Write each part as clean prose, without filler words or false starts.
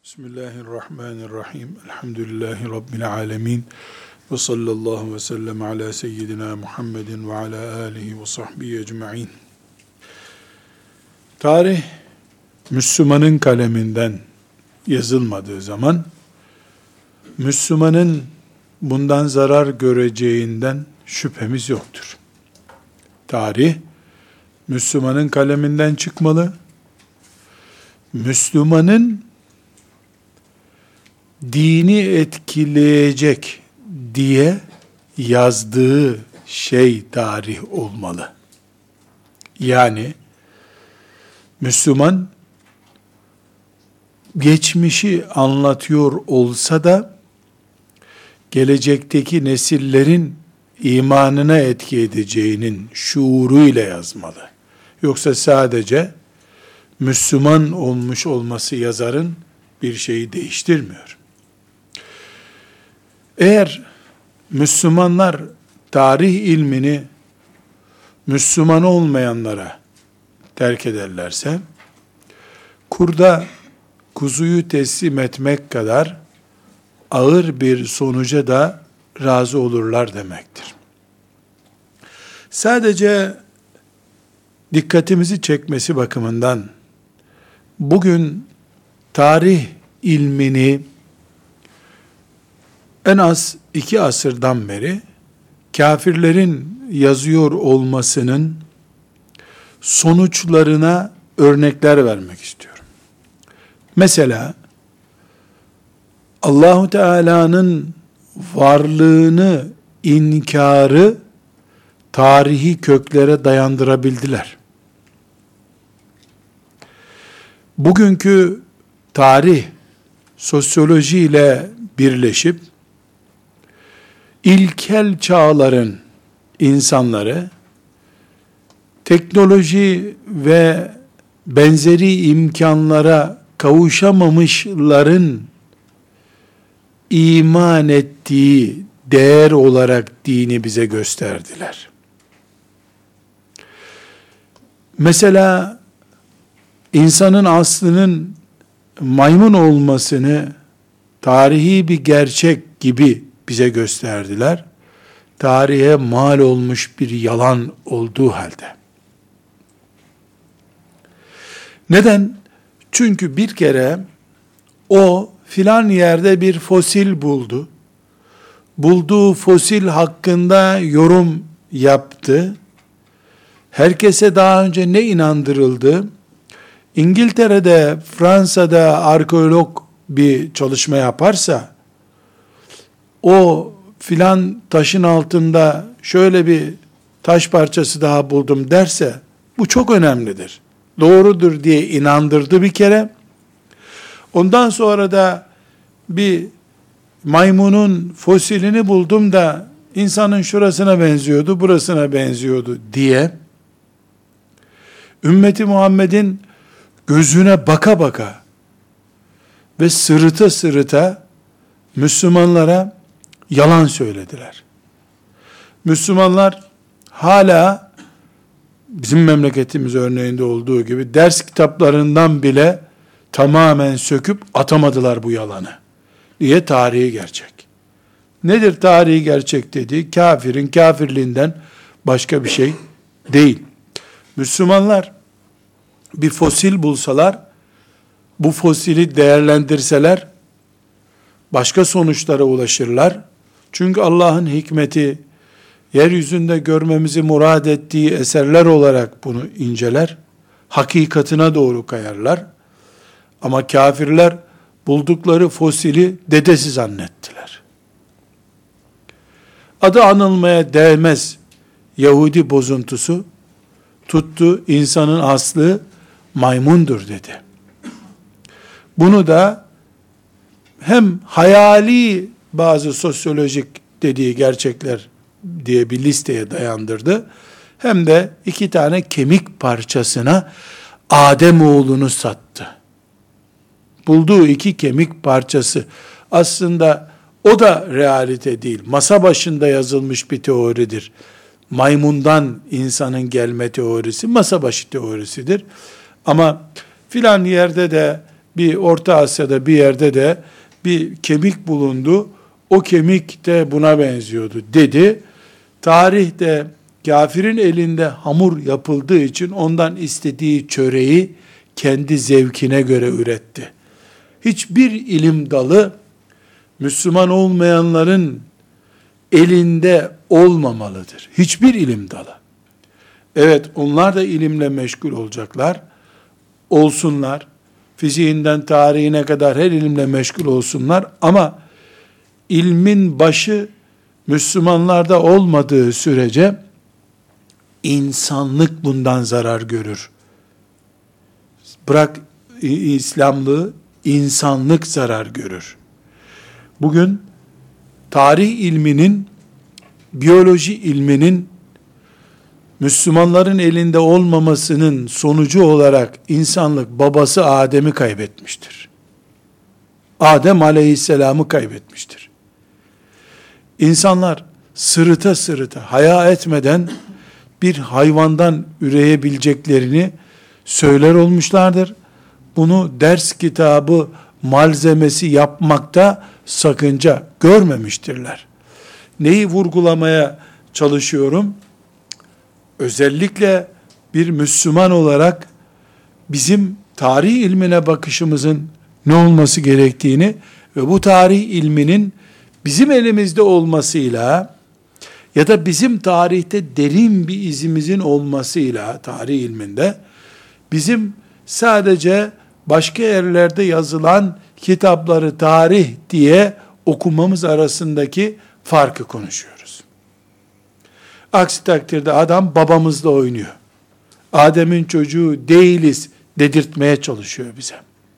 Bismillahirrahmanirrahim. Elhamdülillahi Rabbil alemin. Ve sallallahu ve sellem ala seyyidina Muhammedin ve ala alihi ve sahbihi ecma'in. Tarih, Müslümanın kaleminden yazılmadığı zaman, Müslümanın bundan zarar göreceğinden şüphemiz yoktur. Tarih, Müslümanın kaleminden çıkmalı. Müslümanın dini etkileyecek diye yazdığı şey tarih olmalı. Yani Müslüman geçmişi anlatıyor olsa da gelecekteki nesillerin imanına etki edeceğinin şuuruyla yazmalı. Yoksa sadece Müslüman olmuş olması yazarın bir şeyi değiştirmiyor. Eğer Müslümanlar tarih ilmini Müslüman olmayanlara terk ederlerse, kurda kuzuyu teslim etmek kadar ağır bir sonuca da razı olurlar demektir. Sadece dikkatimizi çekmesi bakımından bugün tarih ilmini en az 2 asırdan beri kafirlerin yazıyor olmasının sonuçlarına örnekler vermek istiyorum. Mesela Allahu Teala'nın varlığını inkarı tarihi köklere dayandırabildiler. Bugünkü tarih sosyoloji ile birleşip ilkel çağların insanları teknoloji ve benzeri imkanlara kavuşamamışların iman ettiği değer olarak dini bize gösterdiler. Mesela insanın aslının maymun olmasını tarihi bir gerçek gibi bize gösterdiler. Tarihe mal olmuş bir yalan olduğu halde. Neden? Çünkü bir kere o filan yerde bir fosil buldu. Bulduğu fosil hakkında yorum yaptı. Herkese daha önce ne inandırıldı? İngiltere'de, Fransa'da arkeolog bir çalışma yaparsa, o filan taşın altında şöyle bir taş parçası daha buldum derse, bu çok önemlidir, doğrudur diye inandırdı bir kere. Ondan sonra da bir maymunun fosilini buldum da insanın şurasına benziyordu, burasına benziyordu diye ümmeti Muhammed'in gözüne baka baka ve sırıta sırıta Müslümanlara yalan söylediler. Müslümanlar hala bizim memleketimiz örneğinde olduğu gibi ders kitaplarından bile tamamen söküp atamadılar bu yalanı. Niye? Tarihi gerçek. Nedir tarihi gerçek dediği? Kafirin kafirliğinden başka bir şey değil. Müslümanlar bir fosil bulsalar, bu fosili değerlendirseler, başka sonuçlara ulaşırlar. Çünkü Allah'ın hikmeti, yeryüzünde görmemizi murad ettiği eserler olarak bunu inceler, hakikatine doğru kayarlar. Ama kafirler buldukları fosili dedesi zannettiler. Adı anılmaya değmez Yahudi bozuntusu tuttu, insanın aslı maymundur dedi. Bunu da hem hayali bazı sosyolojik dediği gerçekler diye bir listeye dayandırdı, hem de 2 tane kemik parçasına Ademoğlunu sattı. Bulduğu 2 kemik parçası aslında o da realite değil. Masa başında yazılmış bir teoridir. Maymundan insanın gelme teorisi masa başı teorisidir. Ama filan yerde de bir Orta Asya'da bir yerde de bir kemik bulundu. O kemik de buna benziyordu dedi. Tarihte kafirin elinde hamur yapıldığı için ondan istediği çöreği kendi zevkine göre üretti. Hiçbir ilim dalı Müslüman olmayanların elinde olmamalıdır. Hiçbir ilim dalı. Evet, onlar da ilimle meşgul olacaklar. Olsunlar. Fiziğinden tarihine kadar her ilimle meşgul olsunlar. Ama ilmin başı Müslümanlarda olmadığı sürece insanlık bundan zarar görür. Bırak İslamlığı, insanlık zarar görür. Bugün tarih ilminin, biyoloji ilminin Müslümanların elinde olmamasının sonucu olarak insanlık babası Adem'i kaybetmiştir. Adem aleyhisselamı kaybetmiştir. İnsanlar sırıta sırıta, haya etmeden bir hayvandan üreyebileceklerini söyler olmuşlardır. Bunu ders kitabı malzemesi yapmakta sakınca görmemiştirler. Neyi vurgulamaya çalışıyorum? Özellikle bir Müslüman olarak bizim tarih ilmine bakışımızın ne olması gerektiğini ve bu tarih ilminin bizim elimizde olmasıyla ya da bizim tarihte derin bir izimizin olmasıyla tarih ilminde bizim sadece başka yerlerde yazılan kitapları tarih diye okumamız arasındaki farkı konuşuyoruz. Aksi takdirde adam babamızla oynuyor. Adem'in çocuğu değiliz dedirtmeye çalışıyor bize.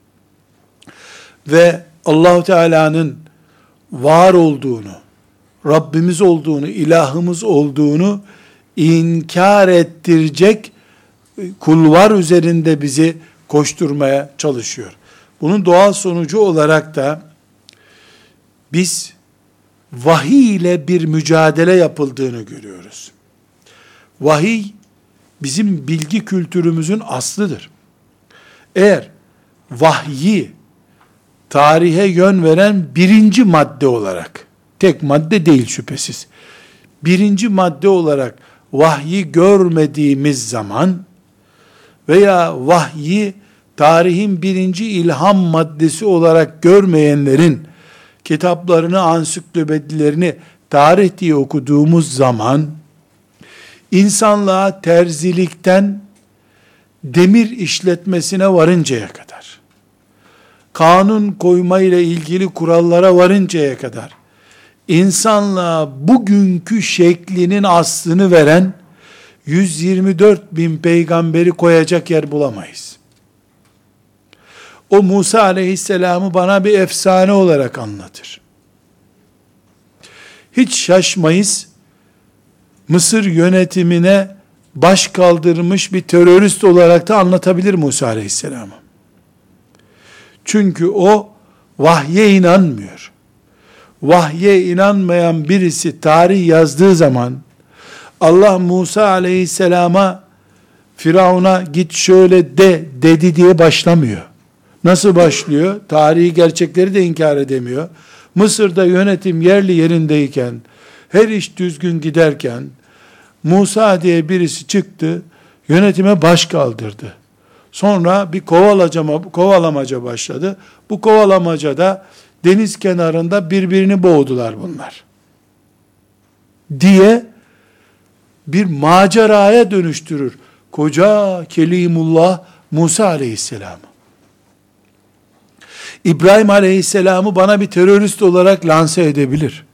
Ve Allah-u Teala'nın var olduğunu, Rabbimiz olduğunu, ilahımız olduğunu inkar ettirecek kulvar üzerinde bizi koşturmaya çalışıyor. Bunun doğal sonucu olarak da biz vahiy ile bir mücadele yapıldığını görüyoruz. Vahiy bizim bilgi kültürümüzün aslıdır. Eğer vahyi tarihe yön veren birinci madde olarak, tek madde değil şüphesiz, birinci madde olarak vahyi görmediğimiz zaman veya vahyi tarihin birinci ilham maddesi olarak görmeyenlerin kitaplarını, ansiklopedilerini tarih diye okuduğumuz zaman insanlığa terzilikten demir işletmesine varıncaya kadar, kanun koyma ile ilgili kurallara varıncaya kadar, insanlığa bugünkü şeklinin aslını veren 124 bin peygamberi koyacak yer bulamayız. O Musa aleyhisselamı bana bir efsane olarak anlatır. Hiç şaşmayız, Mısır yönetimine baş kaldırmış bir terörist olarak da anlatabilir Musa aleyhisselamı. Çünkü o vahye inanmıyor. Vahye inanmayan birisi tarih yazdığı zaman Allah Musa aleyhisselama Firavun'a git şöyle de dedi diye başlamıyor. Nasıl başlıyor? Tarihi gerçekleri de inkar edemiyor. Mısır'da yönetim yerli yerindeyken, her iş düzgün giderken, Musa diye birisi çıktı, yönetime baş kaldırdı. Sonra bir kovalamaca başladı. Bu kovalamacada deniz kenarında birbirini boğdular bunlar. Diye bir maceraya dönüştürür koca Kelimullah Musa aleyhisselamı. İbrahim aleyhisselamı bana bir terörist olarak lanse edebilir.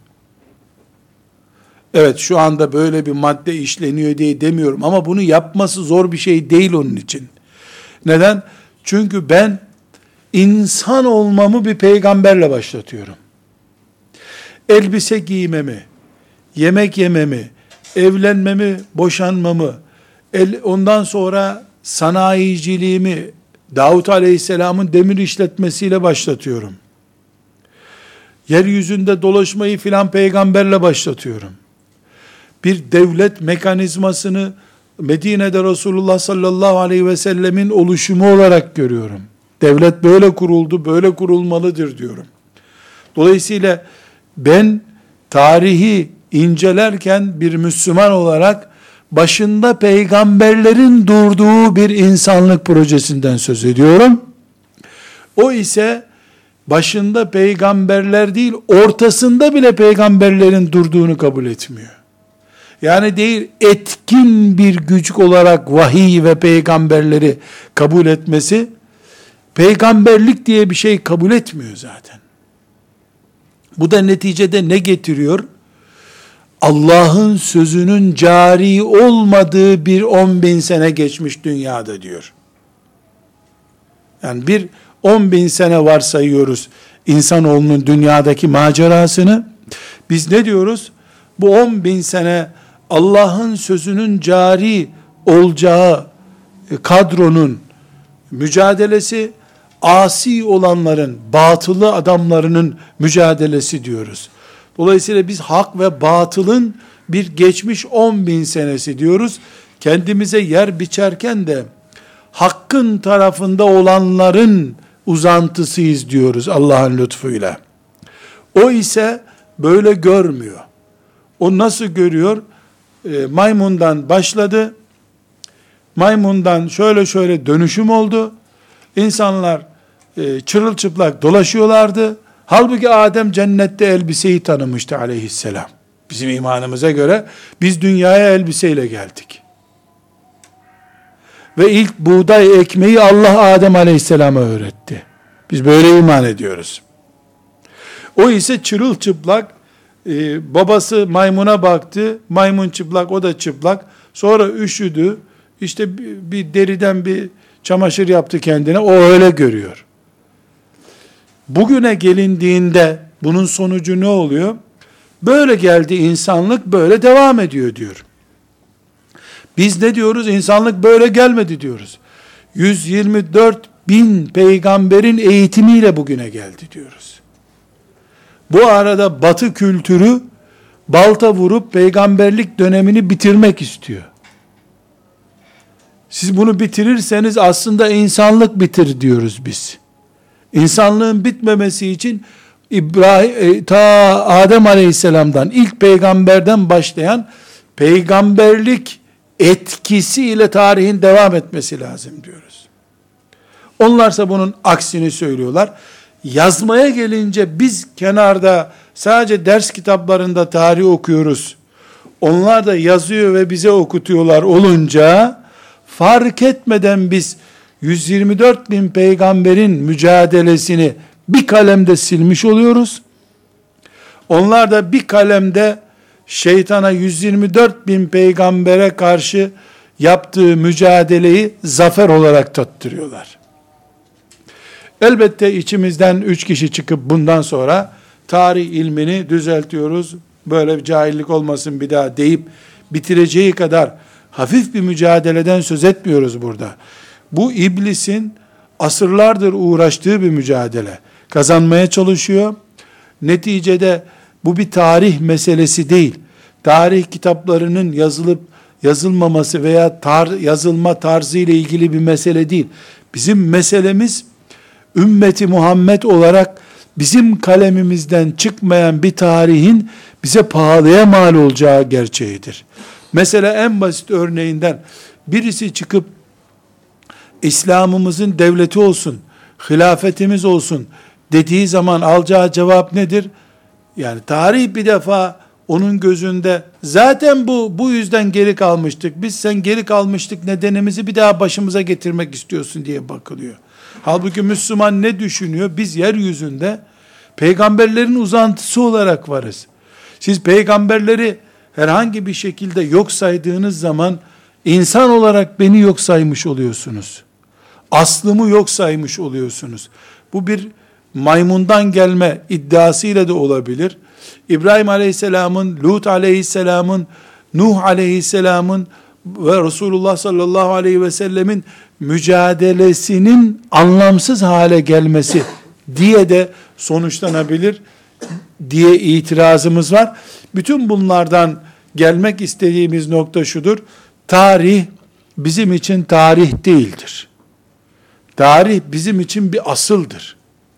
Evet, şu anda böyle bir madde işleniyor diye demiyorum ama bunu yapması zor bir şey değil onun için. Neden? Çünkü ben insan olmamı bir peygamberle başlatıyorum. Elbise giymemi, yemek yememi, evlenmemi, boşanmamı, ondan sonra sanayiciliğimi Davut Aleyhisselam'ın demir işletmesiyle başlatıyorum. Yeryüzünde dolaşmayı filan peygamberle başlatıyorum. Bir devlet mekanizmasını Medine'de Resulullah sallallahu aleyhi ve sellemin oluşumu olarak görüyorum. Devlet böyle kuruldu, böyle kurulmalıdır diyorum. Dolayısıyla ben tarihi incelerken bir Müslüman olarak başında peygamberlerin durduğu bir insanlık projesinden söz ediyorum. O ise başında peygamberler değil, ortasında bile peygamberlerin durduğunu kabul etmiyor. Yani değil, etkin bir güç olarak vahiy ve peygamberleri kabul etmesi, peygamberlik diye bir şey kabul etmiyor zaten. Bu da neticede ne getiriyor? Allah'ın sözünün cari olmadığı bir 10.000 sene geçmiş dünyada diyor. Yani bir 10.000 sene varsayıyoruz insanoğlunun dünyadaki macerasını. Biz ne diyoruz? Bu 10.000 sene Allah'ın sözünün cari olacağı kadronun mücadelesi, asi olanların, batılı adamlarının mücadelesi diyoruz. Dolayısıyla biz hak ve batılın bir geçmiş 10.000 senesi diyoruz. Kendimize yer biçerken de hakkın tarafında olanların uzantısıyız diyoruz Allah'ın lütfuyla. O ise böyle görmüyor. O nasıl görüyor? Maymundan başladı. Maymundan şöyle dönüşüm oldu. İnsanlar çırılçıplak dolaşıyorlardı. Halbuki Adem cennette elbiseyi tanımıştı aleyhisselam. Bizim imanımıza göre biz dünyaya elbiseyle geldik. Ve ilk buğday ekmeği Allah Adem aleyhisselama öğretti. Biz böyle iman ediyoruz. O ise çırılçıplak, babası maymuna baktı, maymun çıplak, o da çıplak. Sonra üşüdü, işte bir deriden bir çamaşır yaptı kendine, o öyle görüyor. Bugüne gelindiğinde bunun sonucu ne oluyor? Böyle geldi insanlık, böyle devam ediyor diyor. Biz ne diyoruz? İnsanlık böyle gelmedi diyoruz. 124 bin peygamberin eğitimiyle bugüne geldi diyoruz. Bu arada Batı kültürü balta vurup peygamberlik dönemini bitirmek istiyor. Siz bunu bitirirseniz aslında insanlık bitir diyoruz biz. İnsanlığın bitmemesi için ta Adem Aleyhisselam'dan, ilk peygamberden başlayan peygamberlik etkisiyle tarihin devam etmesi lazım diyoruz. Onlarsa bunun aksini söylüyorlar. Yazmaya gelince biz kenarda sadece ders kitaplarında tarih okuyoruz. Onlar da yazıyor ve bize okutuyorlar olunca fark etmeden biz 124 bin peygamberin mücadelesini bir kalemde silmiş oluyoruz. Onlar da bir kalemde şeytana 124 bin peygambere karşı yaptığı mücadeleyi zafer olarak tattırıyorlar. Elbette içimizden 3 kişi çıkıp bundan sonra tarih ilmini düzeltiyoruz, böyle bir cahillik olmasın bir daha deyip bitireceği kadar hafif bir mücadeleden söz etmiyoruz burada. Bu iblisin asırlardır uğraştığı bir mücadele. Kazanmaya çalışıyor. Neticede bu bir tarih meselesi değil. Tarih kitaplarının yazılıp yazılmaması veya yazılma tarzı ile ilgili bir mesele değil. Bizim meselemiz ümmeti Muhammed olarak bizim kalemimizden çıkmayan bir tarihin bize pahalıya mal olacağı gerçeğidir. Mesela en basit örneğinden birisi çıkıp İslam'ımızın devleti olsun, hilafetimiz olsun dediği zaman alacağı cevap nedir? Yani tarih bir defa onun gözünde zaten bu yüzden geri kalmıştık. Biz sen geri kalmıştık nedenimizi bir daha başımıza getirmek istiyorsun diye bakılıyor. Halbuki Müslüman ne düşünüyor? Biz yeryüzünde peygamberlerin uzantısı olarak varız. Siz peygamberleri herhangi bir şekilde yok saydığınız zaman insan olarak beni yok saymış oluyorsunuz. Aslımı yok saymış oluyorsunuz. Bu bir maymundan gelme iddiasıyla da olabilir. İbrahim Aleyhisselam'ın, Lut Aleyhisselam'ın, Nuh Aleyhisselam'ın ve Resulullah sallallahu aleyhi ve sellemin mücadelesinin anlamsız hale gelmesi diye de sonuçlanabilir diye itirazımız var. Bütün bunlardan gelmek istediğimiz nokta şudur. Tarih bizim için tarih değildir. Tarih bizim için bir asıldır.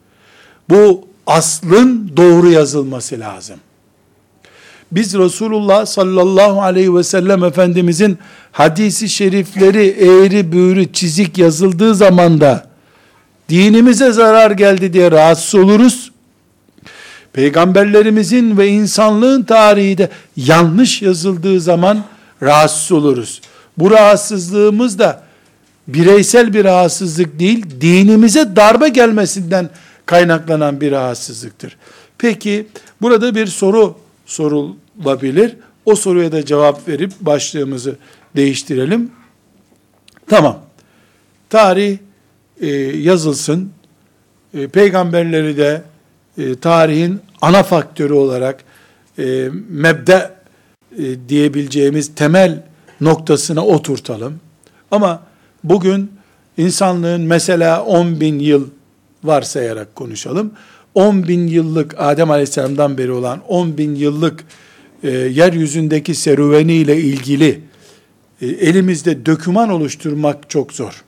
Bu aslın doğru yazılması lazım. Biz Resulullah sallallahu aleyhi ve sellem Efendimizin hadisi şerifleri eğri büğrü çizik yazıldığı zaman da dinimize zarar geldi diye rahatsız oluruz. Peygamberlerimizin ve insanlığın tarihi de yanlış yazıldığı zaman rahatsız oluruz. Bu rahatsızlığımız da bireysel bir rahatsızlık değil, dinimize darbe gelmesinden kaynaklanan bir rahatsızlıktır. Peki, burada bir soru sorulabilir. O soruya da cevap verip başlığımızı değiştirelim. Tamam. Tarih yazılsın. Peygamberleri de tarihin ana faktörü olarak mebde diyebileceğimiz temel noktasına oturtalım. Ama bugün insanlığın mesela 10 bin yıl varsayarak konuşalım. 10 bin yıllık Adem Aleyhisselam'dan beri olan 10 bin yıllık yeryüzündeki serüveniyle ilgili elimizde doküman oluşturmak çok zor.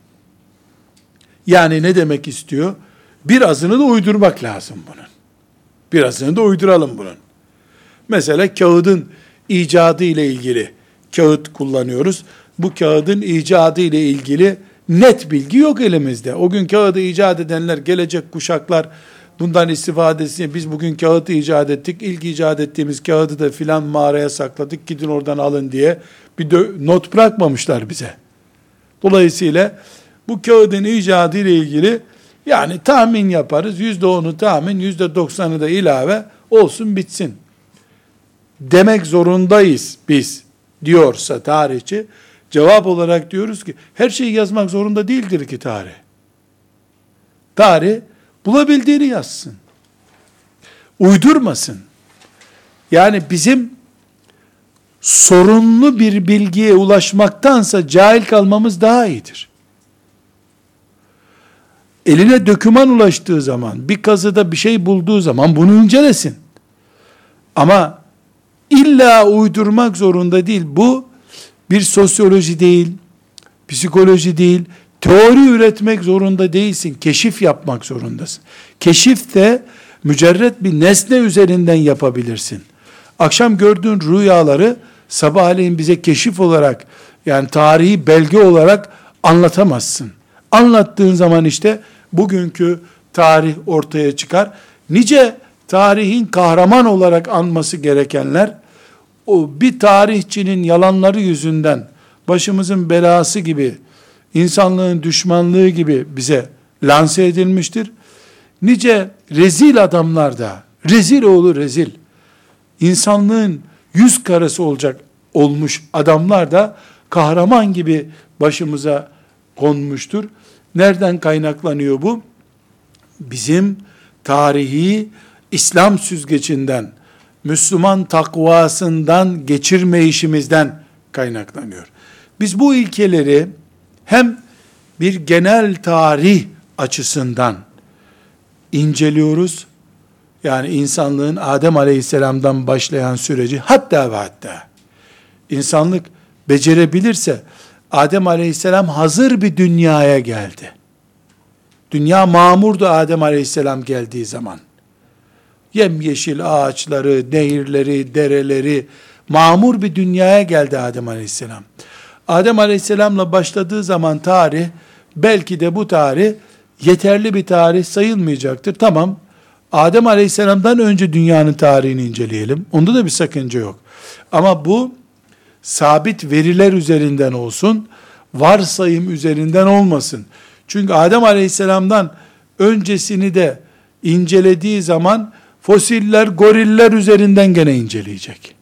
Yani ne demek istiyor? Birazını da uydurmak lazım bunun. Birazını da uyduralım bunun. Mesela kağıdın icadı ile ilgili kağıt kullanıyoruz. Bu kağıdın icadı ile ilgili net bilgi yok elimizde. O gün kağıdı icat edenler, gelecek kuşaklar bundan istifadesini, biz bugün kağıdı icat ettik, İlk icat ettiğimiz kağıdı da filan mağaraya sakladık, gidin oradan alın diye bir not bırakmamışlar bize. Dolayısıyla bu kağıdın icadı ile ilgili yani tahmin yaparız. %10'u tahmin, %90'ı da ilave olsun bitsin demek zorundayız biz diyorsa tarihçi, cevap olarak diyoruz ki her şeyi yazmak zorunda değildir ki tarih. Tarih bulabildiğini yazsın. Uydurmasın. Yani bizim sorunlu bir bilgiye ulaşmaktansa cahil kalmamız daha iyidir. Eline doküman ulaştığı zaman, bir kazıda bir şey bulduğu zaman bunu incelesin. Ama illa uydurmak zorunda değil. Bu bir sosyoloji değil, psikoloji değil, teori üretmek zorunda değilsin. Keşif yapmak zorundasın. Keşif de mücerret bir nesne üzerinden yapabilirsin. Akşam gördüğün rüyaları sabahleyin bize keşif olarak, yani tarihi belge olarak anlatamazsın. Anlattığın zaman işte bugünkü tarih ortaya çıkar. Nice tarihin kahraman olarak anması gerekenler, o bir tarihçinin yalanları yüzünden başımızın belası gibi, insanlığın düşmanlığı gibi bize lanse edilmiştir. Nice rezil adamlar da, rezil oğlu rezil, insanlığın yüz karası olmuş adamlar da kahraman gibi başımıza konmuştur. Nereden kaynaklanıyor bu? Bizim tarihi İslam süzgecinden, Müslüman takvasından geçirmeyişimizden kaynaklanıyor. Biz bu ilkeleri hem bir genel tarih açısından inceliyoruz. Yani insanlığın Adem Aleyhisselam'dan başlayan süreci, hatta ve hatta insanlık becerebilirse, Adem Aleyhisselam hazır bir dünyaya geldi. Dünya mamurdu Adem Aleyhisselam geldiği zaman. Yemyeşil ağaçları, nehirleri, dereleri, mamur bir dünyaya geldi Adem Aleyhisselam. Adem Aleyhisselam'la başladığı zaman tarih, belki de bu tarih yeterli bir tarih sayılmayacaktır. Tamam, Adem Aleyhisselam'dan önce dünyanın tarihini inceleyelim. Onda da bir sakınca yok. Ama bu sabit veriler üzerinden olsun, varsayım üzerinden olmasın. Çünkü Adem Aleyhisselam'dan öncesini de incelediği zaman fosiller, goriller üzerinden gene inceleyecek.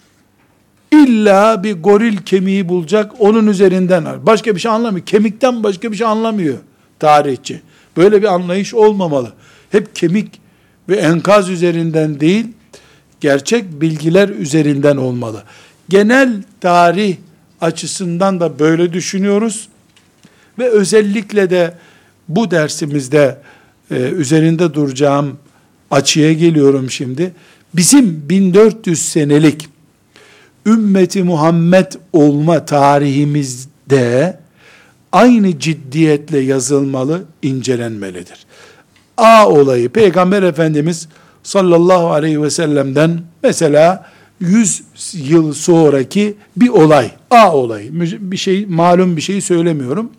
İlla bir goril kemiği bulacak, onun üzerinden. Başka bir şey anlamıyor. Kemikten başka bir şey anlamıyor tarihçi. Böyle bir anlayış olmamalı. Hep kemik ve enkaz üzerinden değil, gerçek bilgiler üzerinden olmalı. Genel tarih açısından da böyle düşünüyoruz. Ve özellikle de bu dersimizde üzerinde duracağım açıya geliyorum şimdi. Bizim 1400 senelik ümmeti Muhammed olma tarihimizde aynı ciddiyetle yazılmalı, incelenmelidir. A olayı, Peygamber Efendimiz sallallahu aleyhi ve sellem'den mesela 100 yıl sonraki bir olay, A olayı, bir şey, malum bir şey söylemiyorum.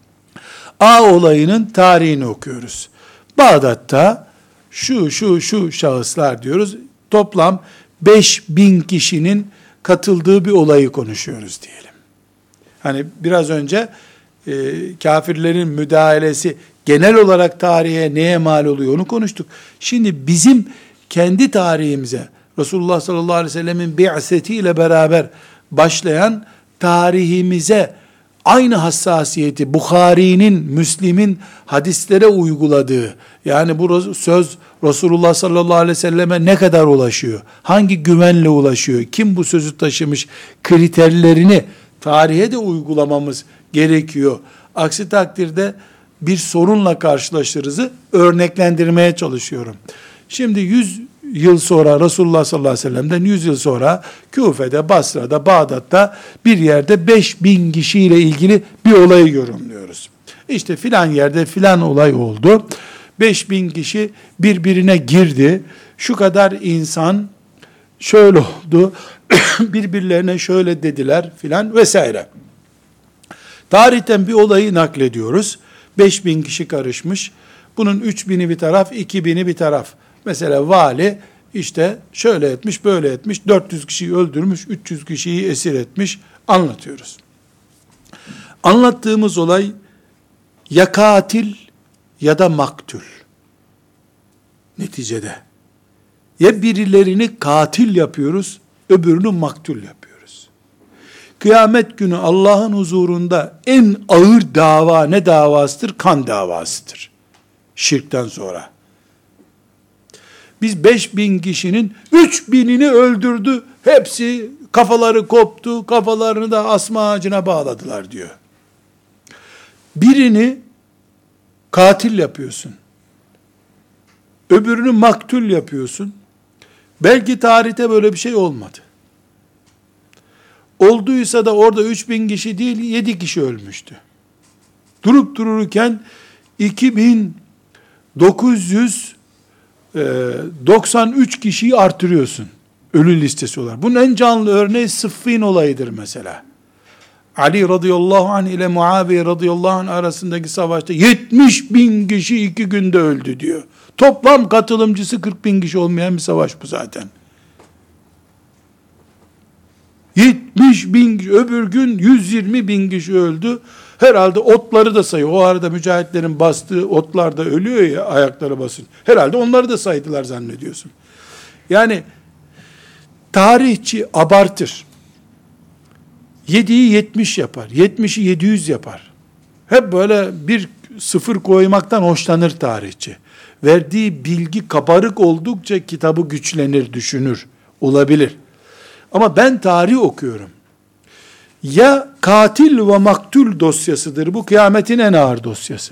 A olayının tarihini okuyoruz. Bağdat'ta şu şahıslar diyoruz. Toplam 5000 kişinin katıldığı bir olayı konuşuyoruz diyelim. Hani biraz önce kafirlerin müdahalesi genel olarak tarihe neye mal oluyor onu konuştuk. Şimdi bizim kendi tarihimize, Resulullah sallallahu aleyhi ve sellemin bi'setiyle beraber başlayan tarihimize aynı hassasiyeti Bukhari'nin, Müslim'in hadislere uyguladığı, yani bu söz Resulullah sallallahu aleyhi ve selleme ne kadar ulaşıyor, hangi güvenle ulaşıyor, kim bu sözü taşımış kriterlerini tarihe de uygulamamız gerekiyor. Aksi takdirde bir sorunla karşılaşırızı örneklendirmeye çalışıyorum. Şimdi 100 yıl sonra Resulullah sallallahu aleyhi ve sellem'den 100 yıl sonra Küfe'de, Basra'da, Bağdat'ta bir yerde 5000 kişiyle ilgili bir olayı yorumluyoruz. İşte filan yerde filan olay oldu. 5000 kişi birbirine girdi. Şu kadar insan şöyle oldu. Birbirlerine şöyle dediler filan vesaire. Tarihten bir olayı naklediyoruz. 5000 kişi karışmış. Bunun 3000'i bir taraf, 2000'i bir taraf. Mesela vali işte şöyle etmiş, böyle etmiş, 400 kişiyi öldürmüş, 300 kişiyi esir etmiş, anlatıyoruz. Anlattığımız olay ya katil ya da maktul. Neticede. Ya birilerini katil yapıyoruz, öbürünü maktul yapıyoruz. Kıyamet günü Allah'ın huzurunda en ağır dava ne davasıdır? Kan davasıdır. Şirkten sonra. Biz 5000 kişinin 3000'ini öldürdü. Hepsi kafaları koptu. Kafalarını da asma ağacına bağladılar diyor. Birini katil yapıyorsun. Öbürünü maktul yapıyorsun. Belki tarihte böyle bir şey olmadı. Olduysa da orada 3000 kişi değil 7 kişi ölmüştü. Durup dururken 2993 kişiyi artırıyorsun. Ölü listesi olarak. Bunun en canlı örneği Sıffin olayıdır mesela. Ali radıyallahu anh ile Muaviye radıyallahu anh arasındaki savaşta 70.000 kişi 2 günde öldü diyor. Toplam katılımcısı 40.000 kişi olmayan bir savaş bu zaten. 70.000 kişi, öbür gün 120.000 kişi öldü. Herhalde otları da sayıyor. O arada mücahitlerin bastığı otlar da ölüyor ya, ayakları basın. Herhalde onları da saydılar zannediyorsun. Yani tarihçi abartır. 7'yi 70 yapar. 70'i 700 yapar. Hep böyle bir sıfır koymaktan hoşlanır tarihçi. Verdiği bilgi kabarık oldukça kitabı güçlenir, düşünür. Olabilir. Ama ben tarih okuyorum. Ya katil ve maktul dosyasıdır bu, kıyametin en ağır dosyası.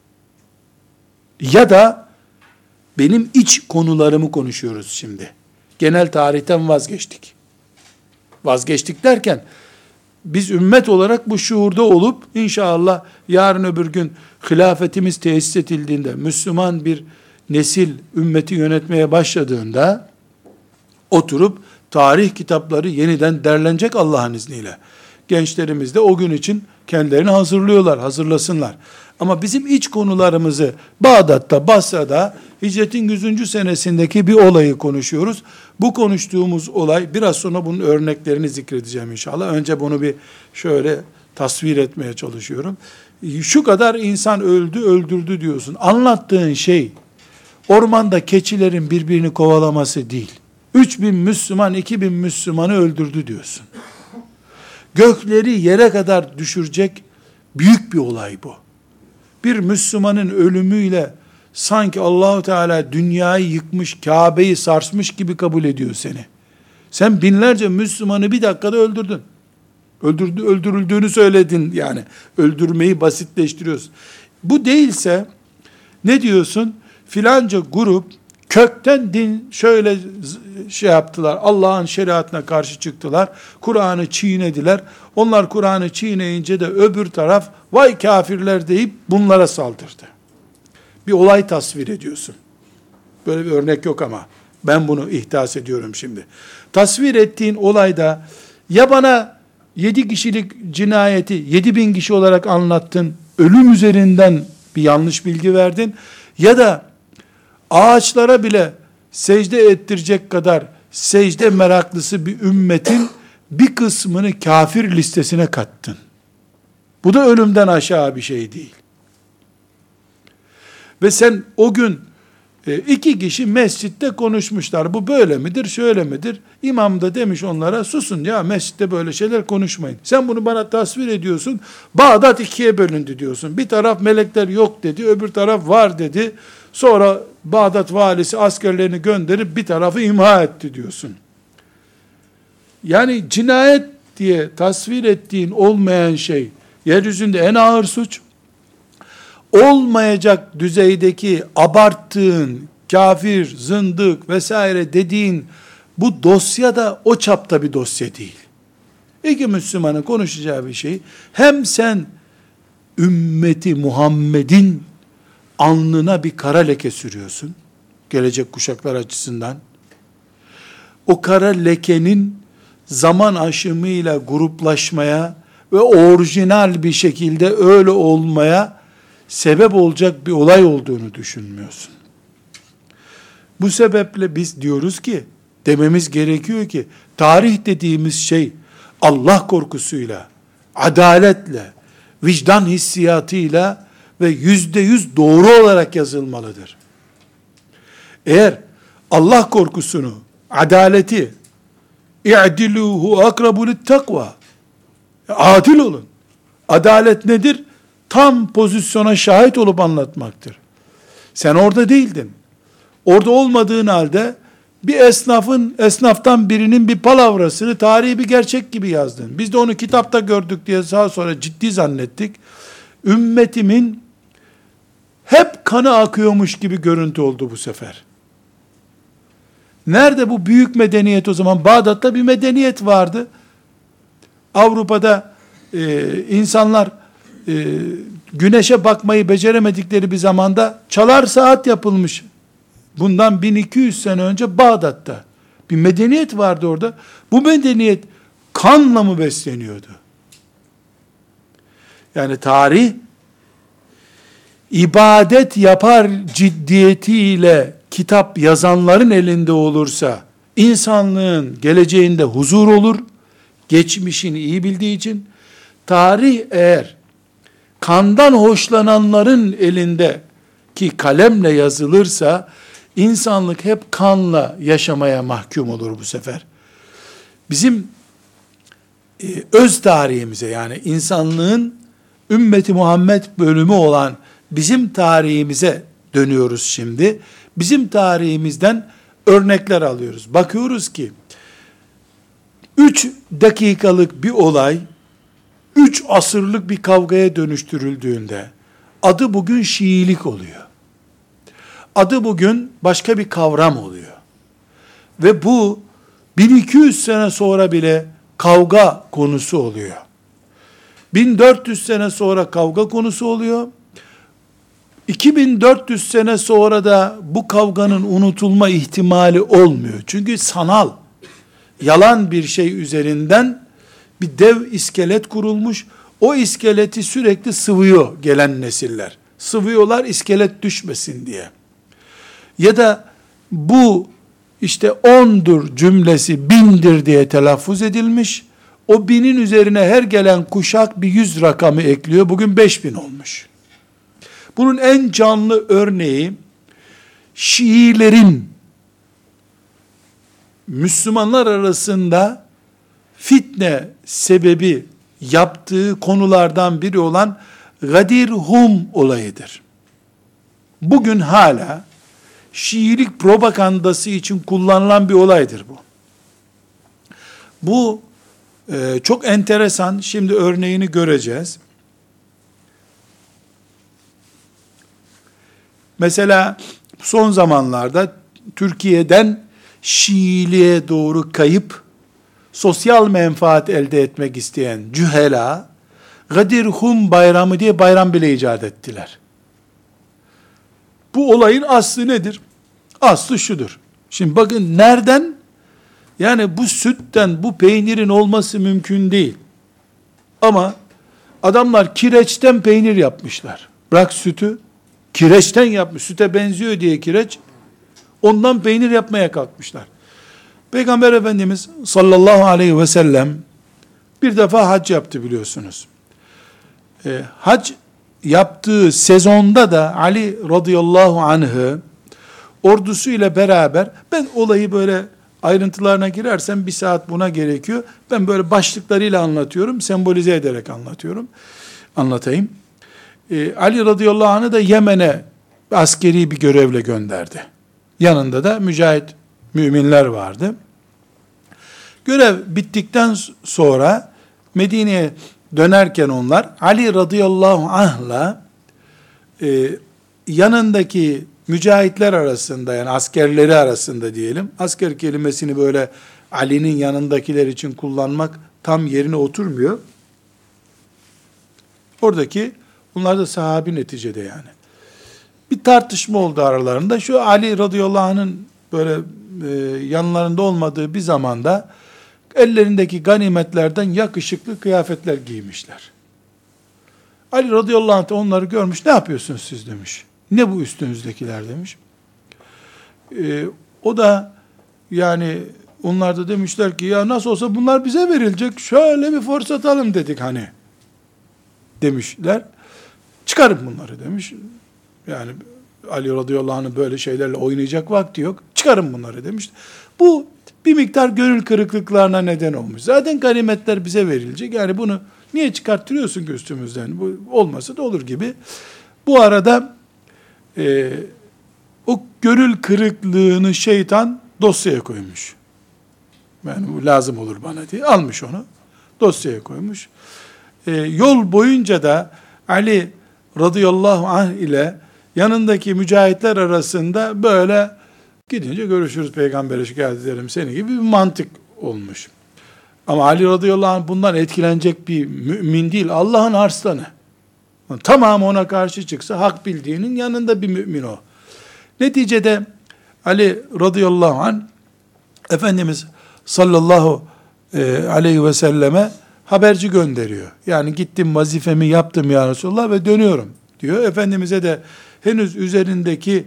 Ya da benim iç konularımı konuşuyoruz şimdi. Genel tarihten vazgeçtik. Vazgeçtik derken, biz ümmet olarak bu şuurda olup, inşallah yarın öbür gün hilafetimiz tesis edildiğinde, Müslüman bir nesil ümmeti yönetmeye başladığında, oturup tarih kitapları yeniden derlenecek Allah'ın izniyle. Gençlerimiz de o gün için kendilerini hazırlıyorlar, hazırlasınlar. Ama bizim iç konularımızı Bağdat'ta, Basra'da hicretin 100. senesindeki bir olayı konuşuyoruz. Bu konuştuğumuz olay, biraz sonra bunun örneklerini zikredeceğim inşallah. Önce bunu bir şöyle tasvir etmeye çalışıyorum. Şu kadar insan öldü, öldürdü diyorsun. Anlattığın şey, ormanda keçilerin birbirini kovalaması değil. 3000 Müslüman, 2000 Müslümanı öldürdü diyorsun. Gökleri yere kadar düşürecek büyük bir olay bu. Bir Müslümanın ölümüyle sanki Allahu Teala dünyayı yıkmış, Kabe'yi sarsmış gibi kabul ediyor seni. Sen binlerce Müslümanı bir dakikada öldürdün. Öldürüldüğünü söyledin yani. Öldürmeyi basitleştiriyorsun. Bu değilse ne diyorsun? Filanca grup Kökten din şöyle şey yaptılar. Allah'ın şeriatına karşı çıktılar. Kur'an'ı çiğnediler. Onlar Kur'an'ı çiğneyince de öbür taraf vay kafirler deyip bunlara saldırdı. Bir olay tasvir ediyorsun. Böyle bir örnek yok ama ben bunu ihdas ediyorum şimdi. Tasvir ettiğin olayda ya bana 7 kişilik cinayeti 7.000 kişi olarak anlattın, ölüm üzerinden bir yanlış bilgi verdin, ya da ağaçlara bile secde ettirecek kadar secde meraklısı bir ümmetin bir kısmını kafir listesine kattın. Bu da ölümden aşağı bir şey değil. Ve sen o gün 2 kişi mescitte konuşmuşlar. Bu böyle midir, şöyle midir? İmam da demiş onlara, susun ya, mescitte böyle şeyler konuşmayın. Sen bunu bana tasvir ediyorsun. Bağdat 2'ye bölündü diyorsun. Bir taraf melekler yok dedi, öbür taraf var dedi. Sonra Bağdat valisi askerlerini gönderip bir tarafı imha etti diyorsun. Yani cinayet diye tasvir ettiğin olmayan şey, yeryüzünde en ağır suç. Olmayacak düzeydeki abarttığın, kafir, zındık vesaire dediğin bu dosya da o çapta bir dosya değil. İki Müslümanın konuşacağı bir şey, hem sen ümmeti Muhammed'in alnına bir kara leke sürüyorsun, gelecek kuşaklar açısından. O kara lekenin zaman aşımıyla gruplaşmaya ve orijinal bir şekilde öyle olmaya sebep olacak bir olay olduğunu düşünmüyorsun. Bu sebeple biz diyoruz ki, dememiz gerekiyor ki, tarih dediğimiz şey Allah korkusuyla, adaletle, vicdan hissiyatıyla ve %100 doğru olarak yazılmalıdır. Eğer Allah korkusunu, adaleti, i'diluhu akrabu littakva, adil olun. Adalet nedir? Tam pozisyona şahit olup anlatmaktır. Sen orada değildin. Orada olmadığın halde bir esnaftan birinin bir palavrasını tarihi bir gerçek gibi yazdın. Biz de onu kitapta gördük diye daha sonra ciddi zannettik. Ümmetimin hep kanı akıyormuş gibi görüntü oldu bu sefer. Nerede bu büyük medeniyet o zaman? Bağdat'ta bir medeniyet vardı. Avrupa'da insanlar güneşe bakmayı beceremedikleri bir zamanda çalar saat yapılmış. Bundan 1200 sene önce Bağdat'ta bir medeniyet vardı orada. Bu medeniyet kanla mı besleniyordu? Yani tarih ibadet yapar ciddiyetiyle kitap yazanların elinde olursa insanlığın geleceğinde huzur olur. Geçmişini iyi bildiği için. Tarih eğer kandan hoşlananların elinde ki kalemle yazılırsa insanlık hep kanla yaşamaya mahkum olur bu sefer. Bizim öz tarihimize, yani insanlığın ümmeti Muhammed bölümü olan bizim tarihimize dönüyoruz şimdi. Bizim tarihimizden örnekler alıyoruz. Bakıyoruz ki 3 dakikalık bir olay 3 asırlık bir kavgaya dönüştürüldüğünde adı bugün Şiilik oluyor. Adı bugün başka bir kavram oluyor. Ve bu 1200 sene sonra bile kavga konusu oluyor. 1400 sene sonra kavga konusu oluyor. 2400 sene sonra da bu kavganın unutulma ihtimali olmuyor. Çünkü sanal, yalan bir şey üzerinden bir dev iskelet kurulmuş. O iskeleti sürekli sıvıyor gelen nesiller. Sıvıyorlar iskelet düşmesin diye. Ya da bu işte 10'dur cümlesi 1000'dir diye telaffuz edilmiş. O 1000'in üzerine her gelen kuşak bir 100 rakamı ekliyor. Bugün 5000 olmuş. Bunun en canlı örneği Şiilerin Müslümanlar arasında fitne sebebi yaptığı konulardan biri olan Gadir Hum olayıdır. Bugün hala Şiilik propagandası için kullanılan bir olaydır bu. Bu çok enteresan. Şimdi örneğini göreceğiz. Mesela son zamanlarda Türkiye'den Şiiliğe doğru kayıp sosyal menfaat elde etmek isteyen cühela, Gadir Hum bayramı diye bayram bile icat ettiler. Bu olayın aslı nedir? Aslı şudur. Şimdi bakın nereden? Yani bu sütten, bu peynirin olması mümkün değil. Ama adamlar kireçten peynir yapmışlar. Bırak sütü, kireçten yapmış. Süte benziyor diye kireç, ondan peynir yapmaya kalkmışlar. Peygamber Efendimiz sallallahu aleyhi ve sellem bir defa hac yaptı biliyorsunuz. Hac yaptığı sezonda da Ali radıyallahu anh'ı ordusuyla beraber, ben olayı böyle ayrıntılarına girersem bir saat buna gerekiyor. Ben böyle başlıklarıyla anlatıyorum, sembolize ederek anlatayım. Ali radıyallahu anh'ı da Yemen'e askeri bir görevle gönderdi. Yanında da mücahit müminler vardı. Görev bittikten sonra Medine'ye dönerken onlar Ali radıyallahu anh'la yanındaki mücahitler arasında, yani askerleri arasında diyelim, asker kelimesini böyle Ali'nin yanındakiler için kullanmak tam yerine oturmuyor. Oradaki, bunlar da sahabi neticede yani. Bir tartışma oldu aralarında. Şu Ali radıyallahu anh'ın böyle yanlarında olmadığı bir zamanda ellerindeki ganimetlerden yakışıklı kıyafetler giymişler. Ali radıyallahu anh onları görmüş. Ne yapıyorsunuz siz demiş. Ne bu üstünüzdekiler demiş. O da yani onlar da demişler ki ya nasıl olsa bunlar bize verilecek. Şöyle bir fırsat alalım dedik hani. Demişler. Çıkarın bunları demiş. Yani Ali radıyallahu anh'ın böyle şeylerle oynayacak vakti yok. Çıkarın bunları demiş. Bu bir miktar gönül kırıklıklarına neden olmuş. Zaten ganimetler bize verilecek. Yani bunu niye çıkarttırıyorsun ki üstümüzden? Bu olmasa da olur gibi. Bu arada o gönül kırıklığını şeytan dosyaya koymuş. Yani bu lazım olur bana diye. Almış onu. Dosyaya koymuş. Yol boyunca da Ali radıyallahu anh ile yanındaki mücahitler arasında böyle gidince görüşürüz peygambere şikayet ederim seni gibi bir mantık olmuş. Ama Ali radıyallahu anh bundan etkilenecek bir mümin değil. Allah'ın arslanı. Tamamı ona karşı çıksa hak bildiğinin yanında bir mümin o. Neticede Ali radıyallahu anh Efendimiz sallallahu aleyhi ve selleme haberci gönderiyor. Yani gittim vazifemi yaptım ya Resulallah ve dönüyorum diyor. Efendimiz'e de henüz üzerindeki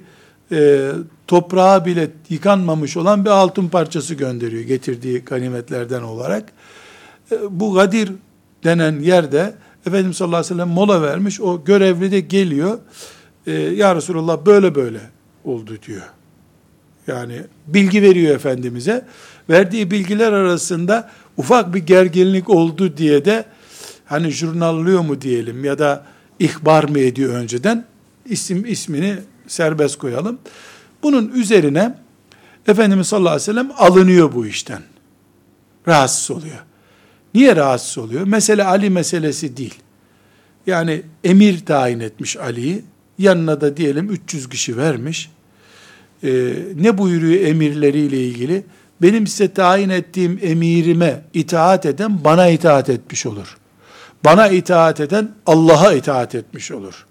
toprağa bile yıkanmamış olan bir altın parçası gönderiyor getirdiği ganimetlerden olarak. Bu Gadir denen yerde Efendimiz sallallahu aleyhi ve sellem mola vermiş. O görevli de geliyor. Ya Resulallah böyle böyle oldu diyor. Yani bilgi veriyor Efendimiz'e. Verdiği bilgiler arasında ufak bir gerginlik oldu diye de hani jurnallıyor mu diyelim ya da ihbar mı ediyor önceden, ismini serbest koyalım. Bunun üzerine Efendimiz sallallahu aleyhi ve sellem alınıyor bu işten. Rahatsız oluyor. Niye rahatsız oluyor? Mesele Ali meselesi değil. Yani emir tayin etmiş Ali'yi. Yanına da diyelim 300 kişi vermiş. Ne buyuruyor emirleriyle ilgili? Benim size tayin ettiğim emirime itaat eden bana itaat etmiş olur. Bana itaat eden Allah'a itaat etmiş olur.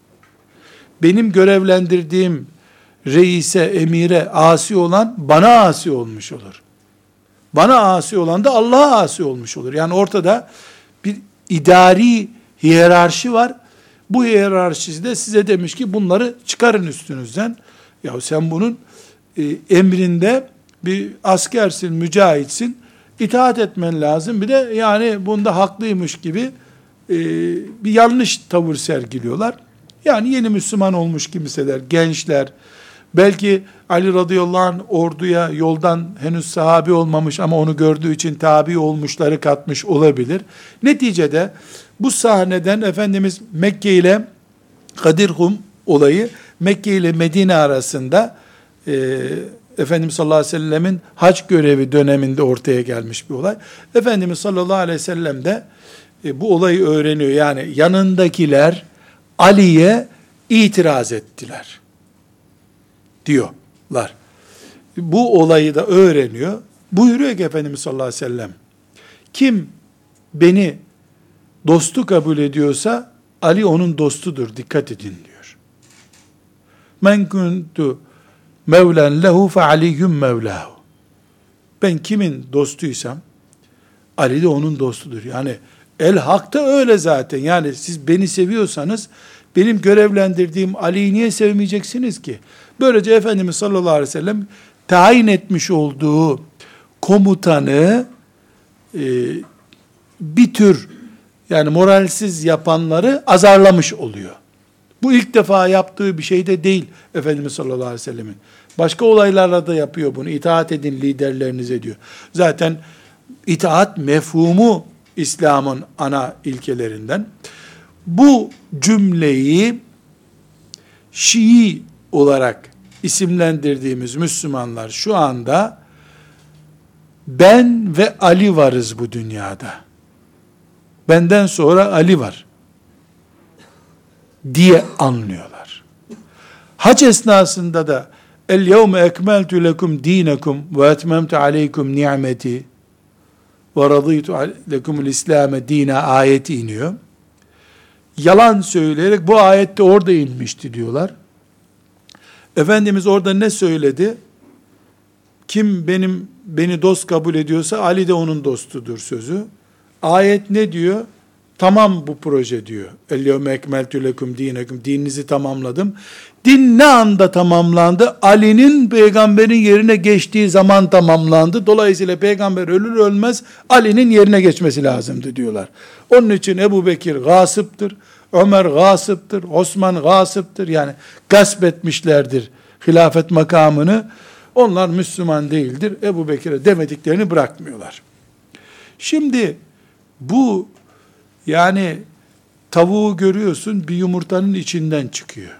Benim görevlendirdiğim reise, emire asi olan bana asi olmuş olur. Bana asi olan da Allah'a asi olmuş olur. Yani ortada bir idari hiyerarşi var. Bu hiyerarşide size demiş ki bunları çıkarın üstünüzden. Ya sen bunun emrinde bir askersin, mücahitsin. İtaat etmen lazım. Bir de yani bunda haklıymış gibi bir yanlış tavır sergiliyorlar. Yani yeni Müslüman olmuş kimseler, gençler, belki Ali radıyallahu anh orduya yoldan henüz sahabi olmamış ama onu gördüğü için tabi olmuşları katmış olabilir. Neticede bu sahneden Efendimiz Mekke ile Kadirhum olayı, Mekke ile Medine arasında Efendimiz sallallahu aleyhi ve sellemin hac görevi döneminde ortaya gelmiş bir olay. Efendimiz sallallahu aleyhi ve sellem de bu olayı öğreniyor. Yani yanındakiler Ali'ye itiraz ettiler diyorlar. bu olayı da öğreniyor. Buyuruyor ki Efendimiz sallallahu aleyhi ve sellem, kim beni dostu kabul ediyorsa Ali onun dostudur, dikkat edin diyor. Men kuntu mevlen lehu fe aliyyum mevlahu. Ben kimin dostuysam Ali de onun dostudur. Yani el hakta öyle zaten. Yani siz beni seviyorsanız benim görevlendirdiğim Ali'yi niye sevmeyeceksiniz ki? Böylece Efendimiz sallallahu aleyhi ve sellem tayin etmiş olduğu komutanı bir tür yani moralsiz yapanları azarlamış oluyor. Bu ilk defa yaptığı bir şey de değil Efendimiz sallallahu aleyhi ve sellemin. Başka olaylarla da yapıyor bunu. İtaat edin liderlerinize diyor. Zaten itaat mefhumu İslam'ın ana ilkelerinden. Bu cümleyi Şii olarak isimlendirdiğimiz Müslümanlar şu anda ben ve Ali varız bu dünyada. Benden sonra Ali var diye anlıyorlar. Hac esnasında da el yevme ekmeltu lekum dinekum ve etmemtu aleykum ni'meti ve radıytu lekumul İslam'e dine ayeti iniyor. Yalan söyleyerek bu ayette orada inmişti diyorlar. Efendimiz orada ne söyledi? Kim beni dost kabul ediyorsa Ali de onun dostudur sözü. Ayet ne diyor? Tamam bu proje diyor. El-yevme ekmeltü lekum dinekum. Dininizi tamamladım. Din ne anda tamamlandı? Ali'nin peygamberin yerine geçtiği zaman tamamlandı. Dolayısıyla peygamber ölür ölmez Ali'nin yerine geçmesi lazımdı diyorlar. Onun için Ebu Bekir gasıptır. Ömer gasıptır. Osman gasıptır. Yani gasp etmişlerdir hilafet makamını. Onlar Müslüman değildir. Ebu Bekir'e demediklerini bırakmıyorlar. Şimdi bu yani tavuğu görüyorsun bir yumurtanın içinden çıkıyor.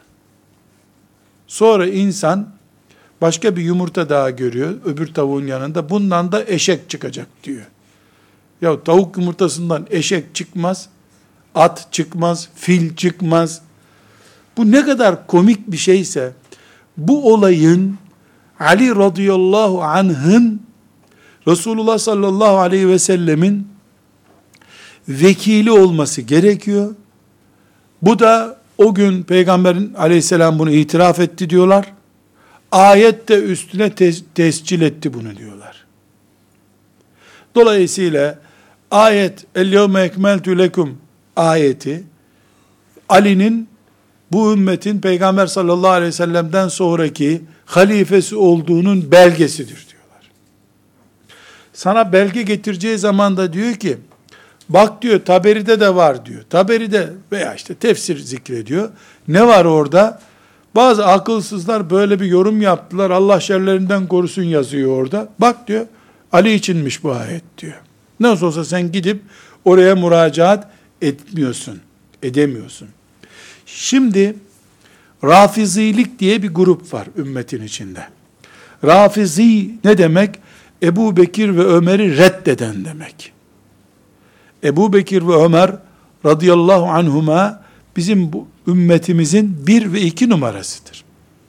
Sonra insan başka bir yumurta daha görüyor öbür tavuğun yanında. Bundan da eşek çıkacak diyor. Ya tavuk yumurtasından eşek çıkmaz, at çıkmaz, fil çıkmaz. Bu ne kadar komik bir şeyse bu olayın Ali radıyallahu anh'ın Resulullah sallallahu aleyhi ve sellemin vekili olması gerekiyor. Bu da o gün Peygamberin aleyhisselam bunu itiraf etti diyorlar. Ayet de üstüne tescil etti bunu diyorlar. Dolayısıyla ayet el-yevme ekmeltu lekum ayeti Ali'nin bu ümmetin Peygamber sallallahu aleyhi ve sellem'den sonraki halifesi olduğunun belgesidir diyorlar. Sana belge getireceği zaman da diyor ki bak diyor Taberi'de de var diyor. Taberi'de veya işte tefsir zikrediyor. Ne var orada? Bazı akılsızlar böyle bir yorum yaptılar. Allah şerlerinden korusun yazıyor orada. Bak diyor Ali içinmiş bu ayet diyor. Nasıl olsa sen gidip oraya müracaat edemiyorsun. Şimdi Rafizilik diye bir grup var ümmetin içinde. Rafizi ne demek? Ebu Bekir ve Ömer'i reddeden demek. Ebu Bekir ve Ömer radıyallahu anhuma bizim bu ümmetimizin 1 ve 2 numarasıdır.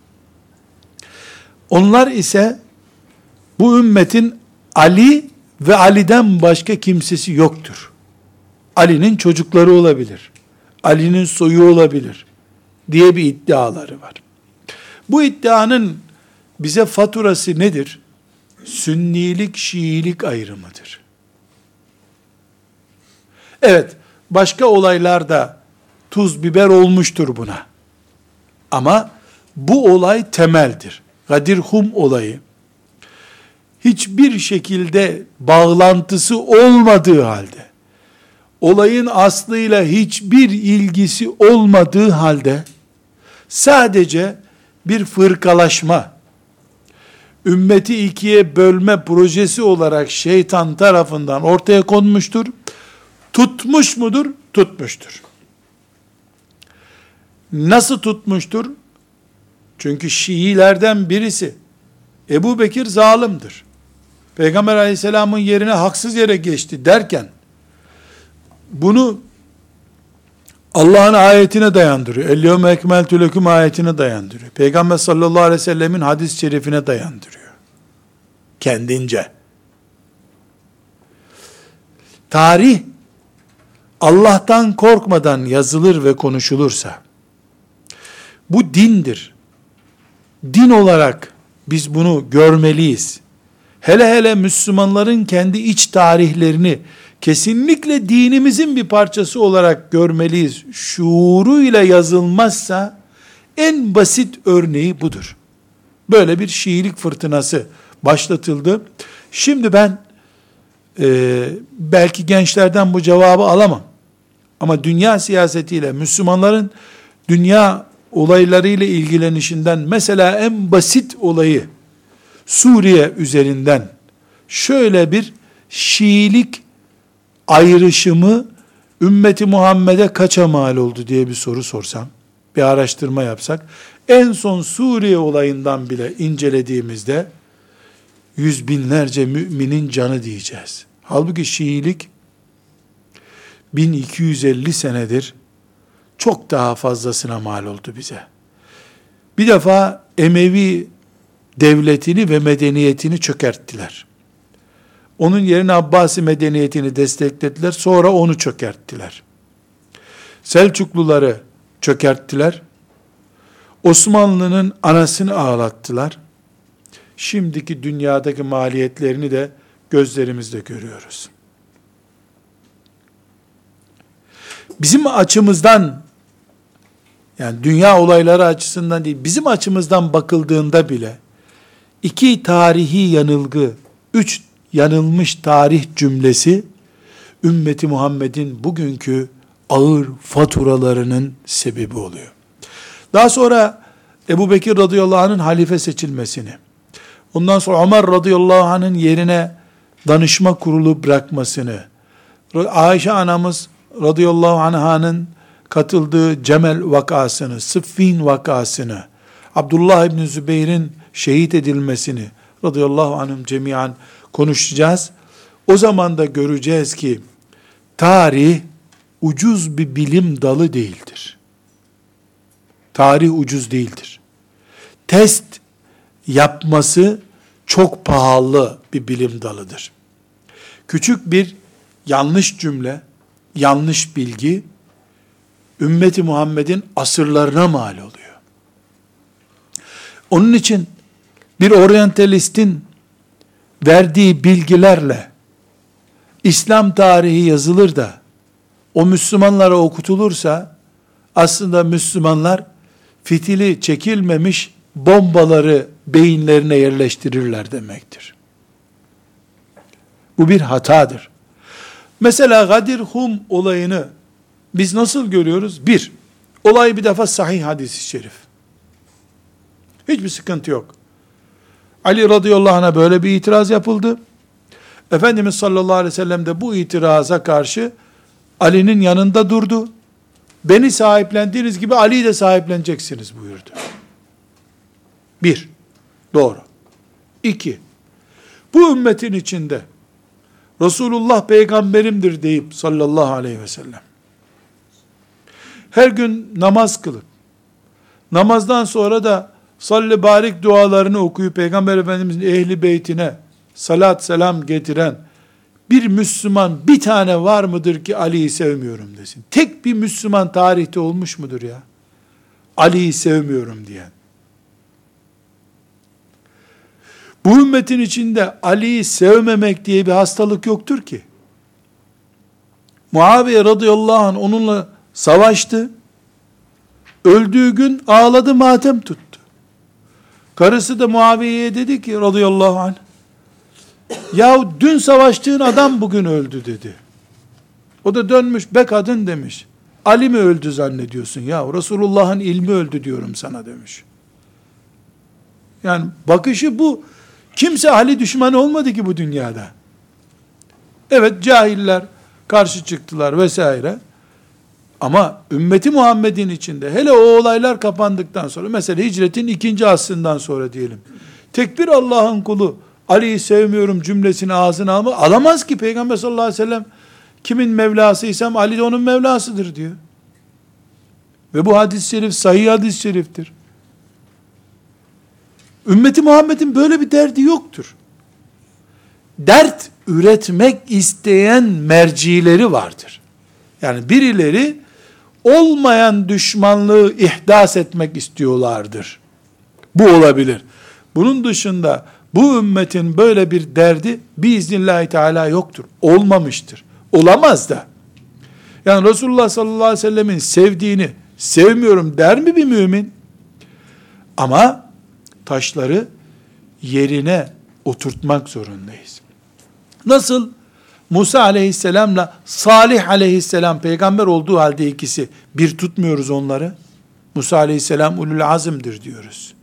Onlar ise bu ümmetin Ali ve Ali'den başka kimsesi yoktur. Ali'nin çocukları olabilir. Ali'nin soyu olabilir diye bir iddiaları var. Bu iddianın bize faturası nedir? Sünnilik, Şiilik ayrımıdır. Evet, başka olaylarda tuz biber olmuştur buna. Ama bu olay temeldir. Gadir Hum olayı hiçbir şekilde bağlantısı olmadığı halde, olayın aslıyla hiçbir ilgisi olmadığı halde, sadece bir fırkalaşma, ümmeti ikiye bölme projesi olarak şeytan tarafından ortaya konmuştur. Tutmuş mudur? Tutmuştur. Nasıl tutmuştur? Çünkü Şiilerden birisi, Ebu Bekir zalimdir, Peygamber aleyhisselamın yerine haksız yere geçti derken, bunu Allah'ın ayetine dayandırıyor. El-yevme ekmeltü leküm ayetine dayandırıyor. Peygamber sallallahu aleyhi ve sellemin hadis-i şerifine dayandırıyor. kendince. Tarih Allah'tan korkmadan yazılır ve konuşulursa, bu dindir. Din olarak biz bunu görmeliyiz. Hele hele Müslümanların kendi iç tarihlerini kesinlikle dinimizin bir parçası olarak görmeliyiz. Şuuruyla yazılmazsa en basit örneği budur. Böyle bir Şiilik fırtınası başlatıldı. Şimdi ben belki gençlerden bu cevabı alamam. Ama dünya siyasetiyle, Müslümanların dünya olaylarıyla ilgilenişinden, mesela en basit olayı Suriye üzerinden şöyle bir Şiilik ayrışımı ümmeti Muhammed'e kaça mal oldu diye bir soru sorsam, bir araştırma yapsak, en son Suriye olayından bile incelediğimizde yüz binlerce müminin canı diyeceğiz. Halbuki Şiilik 1250 senedir çok daha fazlasına mal oldu bize. Bir defa Emevi devletini ve medeniyetini çökerttiler. Onun yerine Abbasi medeniyetini desteklediler. Sonra onu çökerttiler. Selçukluları çökerttiler. Osmanlı'nın anasını ağlattılar. Şimdiki dünyadaki maliyetlerini de gözlerimizde görüyoruz. Bizim açımızdan, yani dünya olayları açısından değil, bizim açımızdan bakıldığında bile 2 tarihi yanılgı, 3 yanılmış tarih cümlesi ümmeti Muhammed'in bugünkü ağır faturalarının sebebi oluyor. Daha sonra Ebu Bekir radıyallahu anh'ın halife seçilmesini, ondan sonra Ömer radıyallahu anh'ın yerine danışma kurulu bırakmasını, Ayşe anamız radıyallahu anh'ın katıldığı Cemel vakasını, Sıffin vakasını, Abdullah İbni Zübeyir'in şehit edilmesini radıyallahu anhum cemiyan konuşacağız. O zaman da göreceğiz ki tarih ucuz bir bilim dalı değildir. Tarih ucuz değildir. Test yapması çok pahalı bir bilim dalıdır. Küçük bir yanlış cümle, yanlış bilgi ümmeti Muhammed'in asırlarına mal oluyor. Onun için bir oryantalistin verdiği bilgilerle İslam tarihi yazılır da o Müslümanlara okutulursa aslında Müslümanlar fitili çekilmemiş bombaları beyinlerine yerleştirirler demektir. Bu bir hatadır. Mesela Gadir Hum olayını biz nasıl görüyoruz? Bir, olay bir defa sahih hadis-i şerif. Hiçbir sıkıntı yok. Ali radıyallahu anh'a böyle bir itiraz yapıldı. Efendimiz sallallahu aleyhi ve sellem de bu itiraza karşı Ali'nin yanında durdu. Beni sahiplendiğiniz gibi Ali'yi de sahipleneceksiniz buyurdu. Bir, doğru. İki, bu ümmetin içinde Resulullah peygamberimdir deyip sallallahu aleyhi ve sellem her gün namaz kılıp namazdan sonra da salli barik dualarını okuyup Peygamber Efendimizin ehli beytine salat selam getiren bir Müslüman bir tane var mıdır ki Ali'yi sevmiyorum desin? Tek bir Müslüman tarihte olmuş mudur ya? Ali'yi sevmiyorum diyen. Bu ümmetin içinde Ali'yi sevmemek diye bir hastalık yoktur ki. Muaviye radıyallahu anh onunla savaştı. Öldüğü gün ağladı, matem tuttu. Karısı da Muaviye'ye dedi ki radıyallahu anh, ya dün savaştığın adam bugün öldü dedi. O da dönmüş, be kadın demiş. Ali mi öldü zannediyorsun ya? Resulullah'ın ilmi öldü diyorum sana demiş. Yani bakışı bu. Kimse Ali düşmanı olmadı ki bu dünyada. Evet, cahiller karşı çıktılar vesaire. Ama ümmeti Muhammed'in içinde, hele o olaylar kapandıktan sonra, mesela hicretin 2. asrından sonra diyelim, tek bir Allah'ın kulu Ali'yi sevmiyorum cümlesini ağzına alamaz ki. Peygamber sallallahu aleyhi ve sellem kimin Mevlasıysam Ali de onun Mevlasıdır diyor. Ve bu hadis-i şerif sahih hadis-i şeriftir. Ümmeti Muhammed'in böyle bir derdi yoktur. dert üretmek isteyen mercileri vardır. Yani birileri olmayan düşmanlığı ihdas etmek istiyorlardır. Bu olabilir. Bunun dışında bu ümmetin böyle bir derdi biiznillahü teala yoktur. Olmamıştır. Olamaz da. Yani Resulullah sallallahu aleyhi ve sellemin sevdiğini sevmiyorum der mi bir mümin? Ama taşları yerine oturtmak zorundayız. Nasıl Musa aleyhisselamla Salih aleyhisselam peygamber olduğu halde ikisi bir tutmuyoruz onları. Musa aleyhisselam ulul azimdir diyoruz.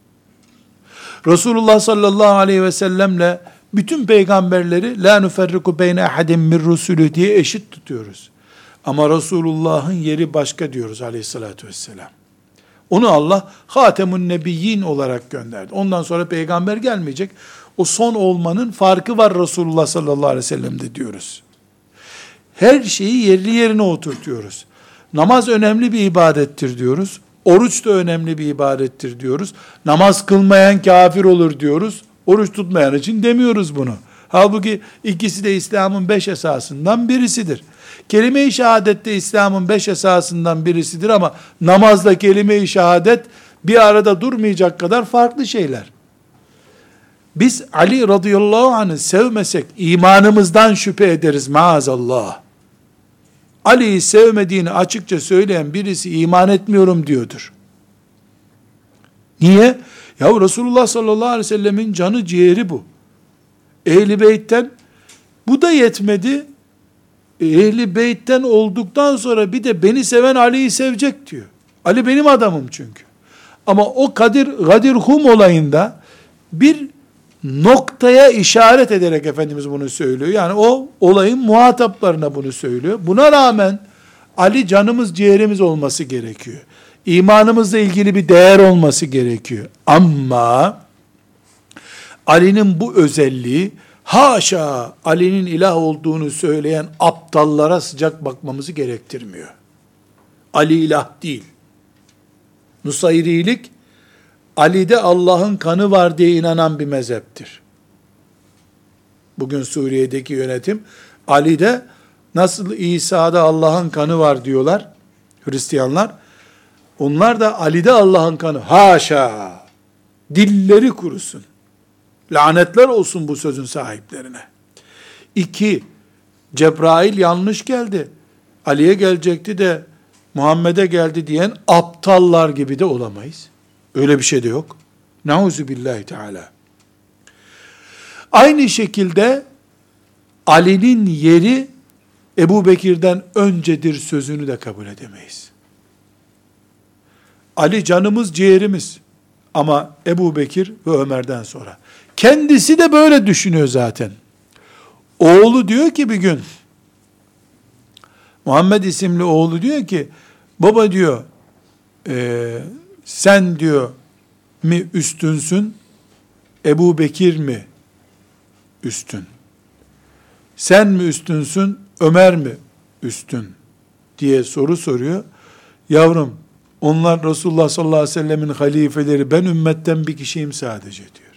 Resulullah sallallahu aleyhi ve sellemle bütün peygamberleri la nuferriku beyne ahadin min rusulü diye eşit tutuyoruz. Ama Resulullah'ın yeri başka diyoruz aleyhissalatü vesselam. Onu Allah Hatemun Nebiyyin olarak gönderdi. Ondan sonra peygamber gelmeyecek. O son olmanın farkı var Resulullah sallallahu aleyhi ve sellem'de diyoruz. Her şeyi yerli yerine oturtuyoruz. Namaz önemli bir ibadettir diyoruz. Oruç da önemli bir ibadettir diyoruz. Namaz kılmayan kafir olur diyoruz. Oruç tutmayan için demiyoruz bunu. Halbuki ikisi de İslam'ın 5 esasından birisidir. Kelime-i şehadet de İslam'ın 5 esasından birisidir ama namazla kelime-i şehadet bir arada durmayacak kadar farklı şeyler. Biz Ali radıyallahu anh'ı sevmesek imanımızdan şüphe ederiz maazallah. Ali'yi sevmediğini açıkça söyleyen birisi iman etmiyorum diyordur. Niye? Ya Resulullah sallallahu aleyhi ve sellemin canı ciğeri bu. Ehl-i Beyt'ten bu da yetmedi. Ehl-i Beyt'ten olduktan sonra bir de beni seven Ali'yi sevecek diyor. Ali benim adamım çünkü. Ama o Gadir Hum olayında bir noktaya işaret ederek Efendimiz bunu söylüyor. Yani o olayın muhataplarına bunu söylüyor. Buna rağmen Ali canımız ciğerimiz olması gerekiyor. İmanımızla ilgili bir değer olması gerekiyor. Ama Ali'nin bu özelliği haşa Ali'nin ilah olduğunu söyleyen aptallara sıcak bakmamızı gerektirmiyor. Ali ilah değil. Nusayrilik Ali'de Allah'ın kanı var diye inanan bir mezheptir. Bugün Suriye'deki yönetim Ali'de nasıl İsa'da Allah'ın kanı var diyorlar Hristiyanlar. Onlar da Ali'de Allah'ın kanı. Haşa! Dilleri kurusun. Lanetler olsun bu sözün sahiplerine. 2. Cebrail yanlış geldi. Ali'ye gelecekti de Muhammed'e geldi diyen aptallar gibi de olamayız. Öyle bir şey de yok. Nauzubillahi teala. Aynı şekilde Ali'nin yeri Ebu Bekir'den öncedir sözünü de kabul edemeyiz. Ali canımız ciğerimiz ama Ebu Bekir ve Ömer'den sonra. Kendisi de böyle düşünüyor zaten. Oğlu diyor ki bir gün, Muhammed isimli oğlu diyor ki, baba diyor, sen diyor mi üstünsün, Ebu Bekir mi üstün? Sen mi üstünsün, Ömer mi üstün? Diye soru soruyor. Yavrum, onlar Resulullah sallallahu aleyhi ve sellemin halifeleri, ben ümmetten bir kişiyim sadece diyor.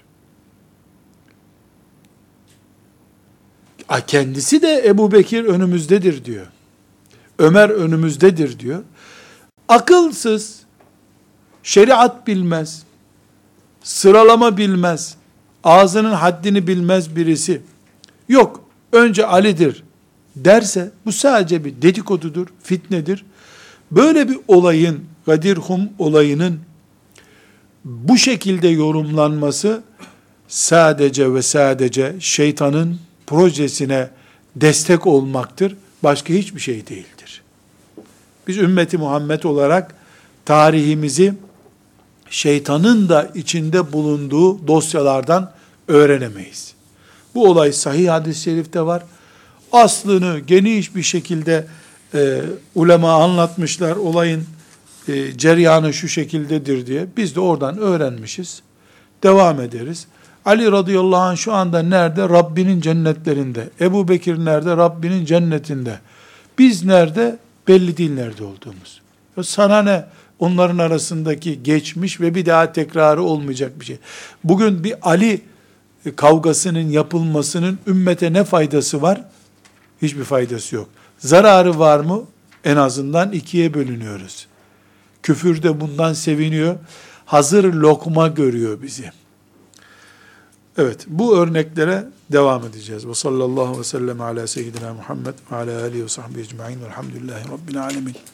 Kendisi de Ebu Bekir önümüzdedir diyor. Ömer önümüzdedir diyor. Akılsız, şeriat bilmez, sıralama bilmez, ağzının haddini bilmez birisi, yok önce Ali'dir derse, bu sadece bir dedikodudur, fitnedir. Böyle bir olayın, Gadir Hum olayının bu şekilde yorumlanması sadece ve sadece şeytanın projesine destek olmaktır. Başka hiçbir şey değildir. Biz ümmeti Muhammed olarak tarihimizi şeytanın da içinde bulunduğu dosyalardan öğrenemeyiz. Bu olay sahih hadis-i şerifte var. Aslını geniş bir şekilde ulema anlatmışlar. Olayın cereyanı şu şekildedir diye. Biz de oradan öğrenmişiz. Devam ederiz. Ali radıyallahu anh şu anda nerede? Rabbinin cennetlerinde. Ebu Bekir nerede? Rabbinin cennetinde. Biz nerede? Belli değil nerede olduğumuz. Sana ne? Onların arasındaki geçmiş ve bir daha tekrarı olmayacak bir şey. Bugün bir Ali kavgasının yapılmasının ümmete ne faydası var? Hiçbir faydası yok. Zararı var mı? En azından ikiye bölünüyoruz. Küfür de bundan seviniyor. Hazır lokma görüyor bizi. Evet, bu örneklere devam edeceğiz. Ve sallallahu ve sellem ala seyyidina Muhammed ve ala alihi ve sahbihi ecma'in velhamdülillahi rabbil alemin.